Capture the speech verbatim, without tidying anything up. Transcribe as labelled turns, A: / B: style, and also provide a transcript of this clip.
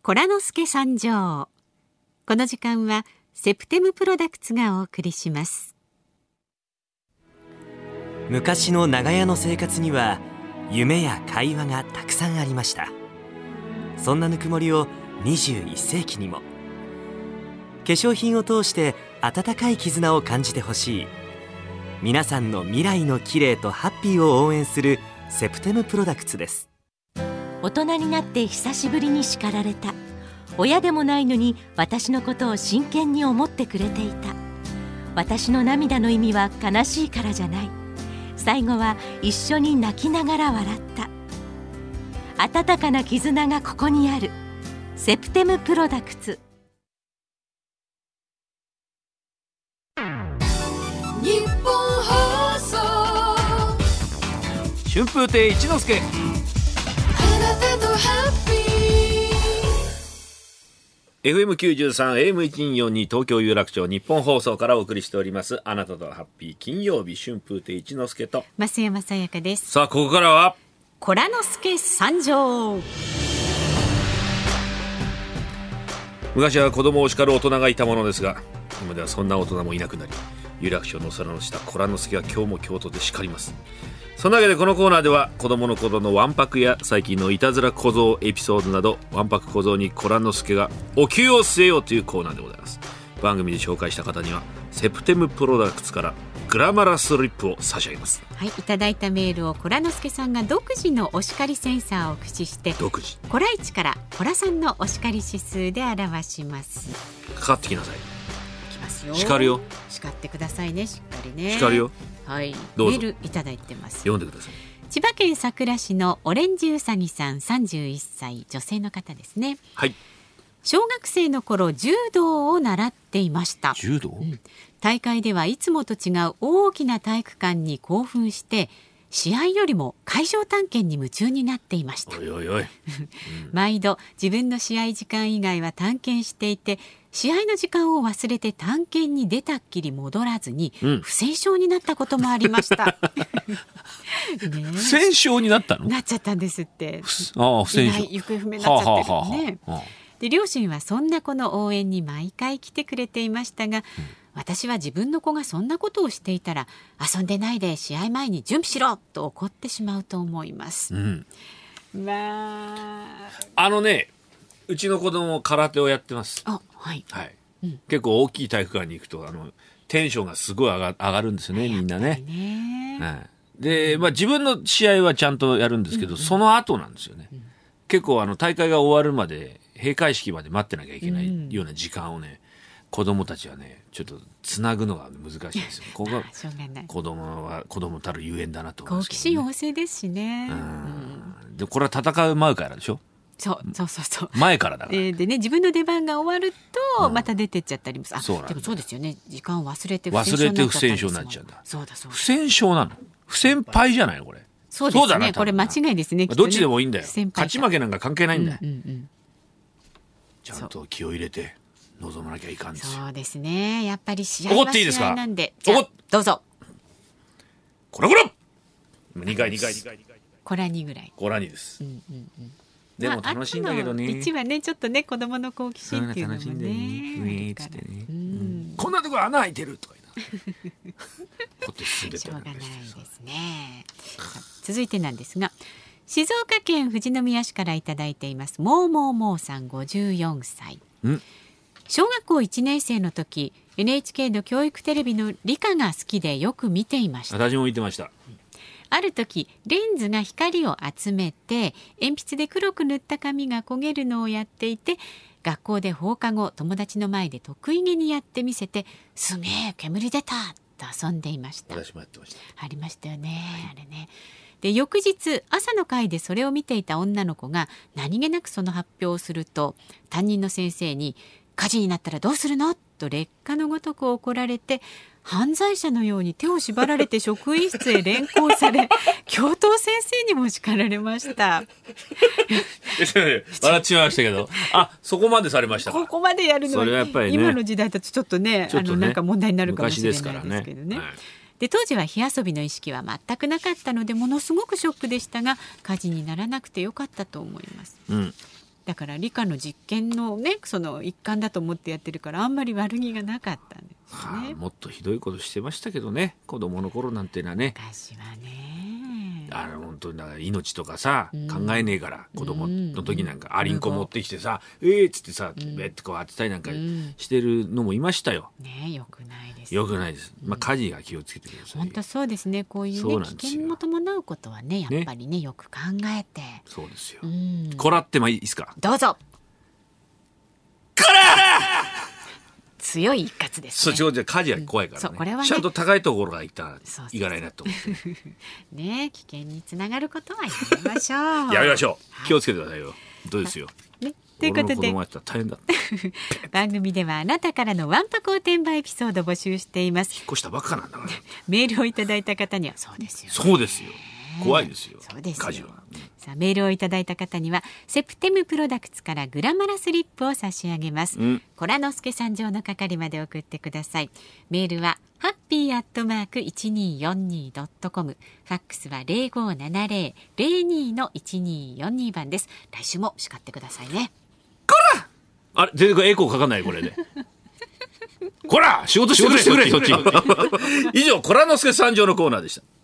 A: コラノスケ参上。この時間はセプテムプロダクツがお送りします。
B: 昔の長屋の生活には夢や会話がたくさんありました。そんなぬくもりをにじゅういっせいきにも。化粧品を通して温かい絆を感じてほしい。皆さんの未来の綺麗とハッピーを応援するセプテムプロダクツです。
C: 大人になって久しぶりに叱られた。親でもないのに私のことを真剣に思ってくれていた。私の涙の意味は悲しいからじゃない。最後は一緒に泣きながら笑った。温かな絆がここにある。セプテムプロダクツ。
D: 日本放送
E: 春風亭一之輔、
D: あなたとハッピー
E: エフエムきゅうじゅうさん エーエムせんひゃくよんじゅうに 東京有楽町日本放送からお送りしておりますあなたとハッピー金曜日、春風亭一之輔と
A: 増山さやかです。
E: さあここからは
A: コラノスケ参上。
E: 昔は子供を叱る大人がいたものですが、今ではそんな大人もいなくなり、有楽町の空の下、コラノスケは今日も京都で叱ります。そんなわけでこのコーナーでは子供の頃のわんぱくや最近のいたずら小僧エピソードなど、わんぱく小僧にコラノスケがお灸を据えようというコーナーでございます。番組で紹介した方にはセプテムプロダクツからグラマラスリップを差し上げます。
A: はい、いただいたメールをコラノスケさんが独自のお叱りセンサーを駆使して
E: 独自
A: コライチからコラさんのお叱り指数で表します。
E: かかってきなさい。
A: きますよ。
E: 叱るよ。
A: 叱ってくださいね。しっかりね。
E: 叱るよ。
A: はい、
E: どうぞ。
A: メールいただいてます。
E: 読んでください。
A: 千葉県佐倉市のオレンジウサギさん、さんじゅういっさい女性の方ですね。
E: はい。
A: 小学生の頃柔道を習っていました。
E: 柔道、
A: うん、大会ではいつもと違う大きな体育館に興奮して試合よりも会場探検に夢中になっていました。
E: おいおいおい、うん、
A: 毎度自分の試合時間以外は探検していて、試合の時間を忘れて探検に出たっきり戻らずに、うん、不戦勝になったこともありました。
E: ね、不戦勝になったの？
A: なっちゃったんですって。
E: ああ、不戦勝。
A: 行方不明になっちゃってるのね。はあはあはあ、で両親はそんな子の応援に毎回来てくれていましたが、うん、私は自分の子がそんなことをしていたら遊んでないで試合前に準備しろと怒ってしまうと思います。うん、まあ
E: あのね、うちの子供空手をやってます。
A: あ、はい
E: はい、うん、結構大きい体育館に行くとあのテンションがすごい上が、上がるんですよね、みんなね。
A: ね、
E: はい、で、まあ、自分の試合はちゃんとやるんですけど、うんうん、その後なんですよね。うん、結構あの大会が終わるまで閉会式まで待ってなきゃいけないような時間をね、うん、子供たちはねちょっとつなぐのが難しいんですよ。ここが子供は子供たるゆえんだなと思いますけど、ね、
A: 好奇心旺盛ですしね。
E: うん、でこれは戦う前からでしょ。
A: そうそうそうそう、
E: 前からだから、
A: えー、でね、自分の出番が終わるとまた出てっちゃったりも、うん、あ、
E: そうなんだ。
A: でもそうですよね、時間を忘れて
E: 不戦勝になっちゃったんですもん。忘れて不戦勝になっちゃうんだ。
A: そうだそうだ。
E: 不戦勝なの？不戦敗じゃないのこれ。
A: そうですね、これ間違いですね。
E: どっちでもいいんだよ。勝ち負けなんか関係ないんだよ。
A: うんうんうん、
E: ちゃんと気を入れて臨まなきゃいかんですよ。
A: そうですね、やっぱり試合は試合なんで。
E: 怒っていいですか？
A: どうぞ。
E: こらこらにかいにかいにかい
A: こらにぐらい。
E: こらにです、うんうんうん、でも楽しいんだけどね。
A: いちはねちょっとね子供の好奇心っていうのもね、
E: ねつってね、うん、こんなところ穴開いてるとか言うなこって進んでた
A: しょうがないですね。続いてなんですが、静岡県富士宮市からいただいています。もうもうもうさんごじゅうよんさい。小学校いちねん生の時 エヌエイチケー の教育テレビの理科が好きでよく見ていました。
E: 私も見てました。
A: ある時レンズが光を集めて鉛筆で黒く塗った紙が焦げるのをやっていて、学校で放課後友達の前で得意げにやってみせて、すげえ煙出たと遊んでいました。
E: 私もやってました。
A: ありましたよね、はい、あれね。で翌日朝の会でそれを見ていた女の子が何気なくその発表をすると、担任の先生に火事になったらどうするのと劣化のごとく怒られて、犯罪者のように手を縛られて職員室へ連行され教頭先生にも叱られました
E: 笑っちまいましたけど、あ、そこまでされましたか。
A: ここまでやるのは、
E: それはやっぱりね、
A: 今の時代だとちょっとね、
E: ちょっとね、
A: あのなんか問題になるかもしれないですけどね。
E: 昔ですからね、はい。
A: で当時は火遊びの意識は全くなかったのでものすごくショックでしたが、火事にならなくてよかったと思います。
E: うん、
A: だから理科の実験のねその一環だと思ってやってるからあんまり悪気がなかったんですよね、
E: はあ、もっとひどいことしてましたけどね子供の頃なんてのはね
A: 昔はね
E: あの本当にだから命とかさ、うん、考えねえから子供の時なんか、うん、アリンコ持ってきてさ、うん、えーっつってさ、うん、ベッてこう当てたりなんかしてるのもいましたよ、
A: うん、ねえよくないです、
E: ね、よくないです、まあ、火事が気をつけてください。
A: 本当そうですねこういう、ね、危険も伴うことはねやっぱりね、ねよく考えて
E: そうですよ、うん、こらってもいいですか。
A: どうぞ。
E: こら
A: 強い一括ですね。
E: そう、火事が怖いからね、うん、これはねちゃんと高いところがいったらいかないなと思って
A: ね危険につながることはやめましょう
E: やめましょう、はい、気をつけてくださいよ。どうですよ、
A: ね、ということで
E: 俺の子供やったら大変だ
A: 番組ではあなたからのワンパクおてんばエピソード募集しています。
E: 引っ越したばっかなんだから
A: メールをいただいた方にはそうですよ、ね、
E: そうですよ怖いですよ。
A: そうですよ
E: 火事は、うん、
A: さあメールをいただいた方にはセプテムプロダクツからグラマラスリップを差し上げます、うん、コラノスケ参上の係まで送ってください。メールはハッピーアットマーク いちにーよんにードットコム、 ファックスは ゼロごーななゼロ ゼロにーのいちにーよんに番です。来週も叱ってくださいね。
E: こらあれ全然エコーかかんないこれでこら仕事してくれ仕事してくれ以上コラノスケ参上のコーナーでした。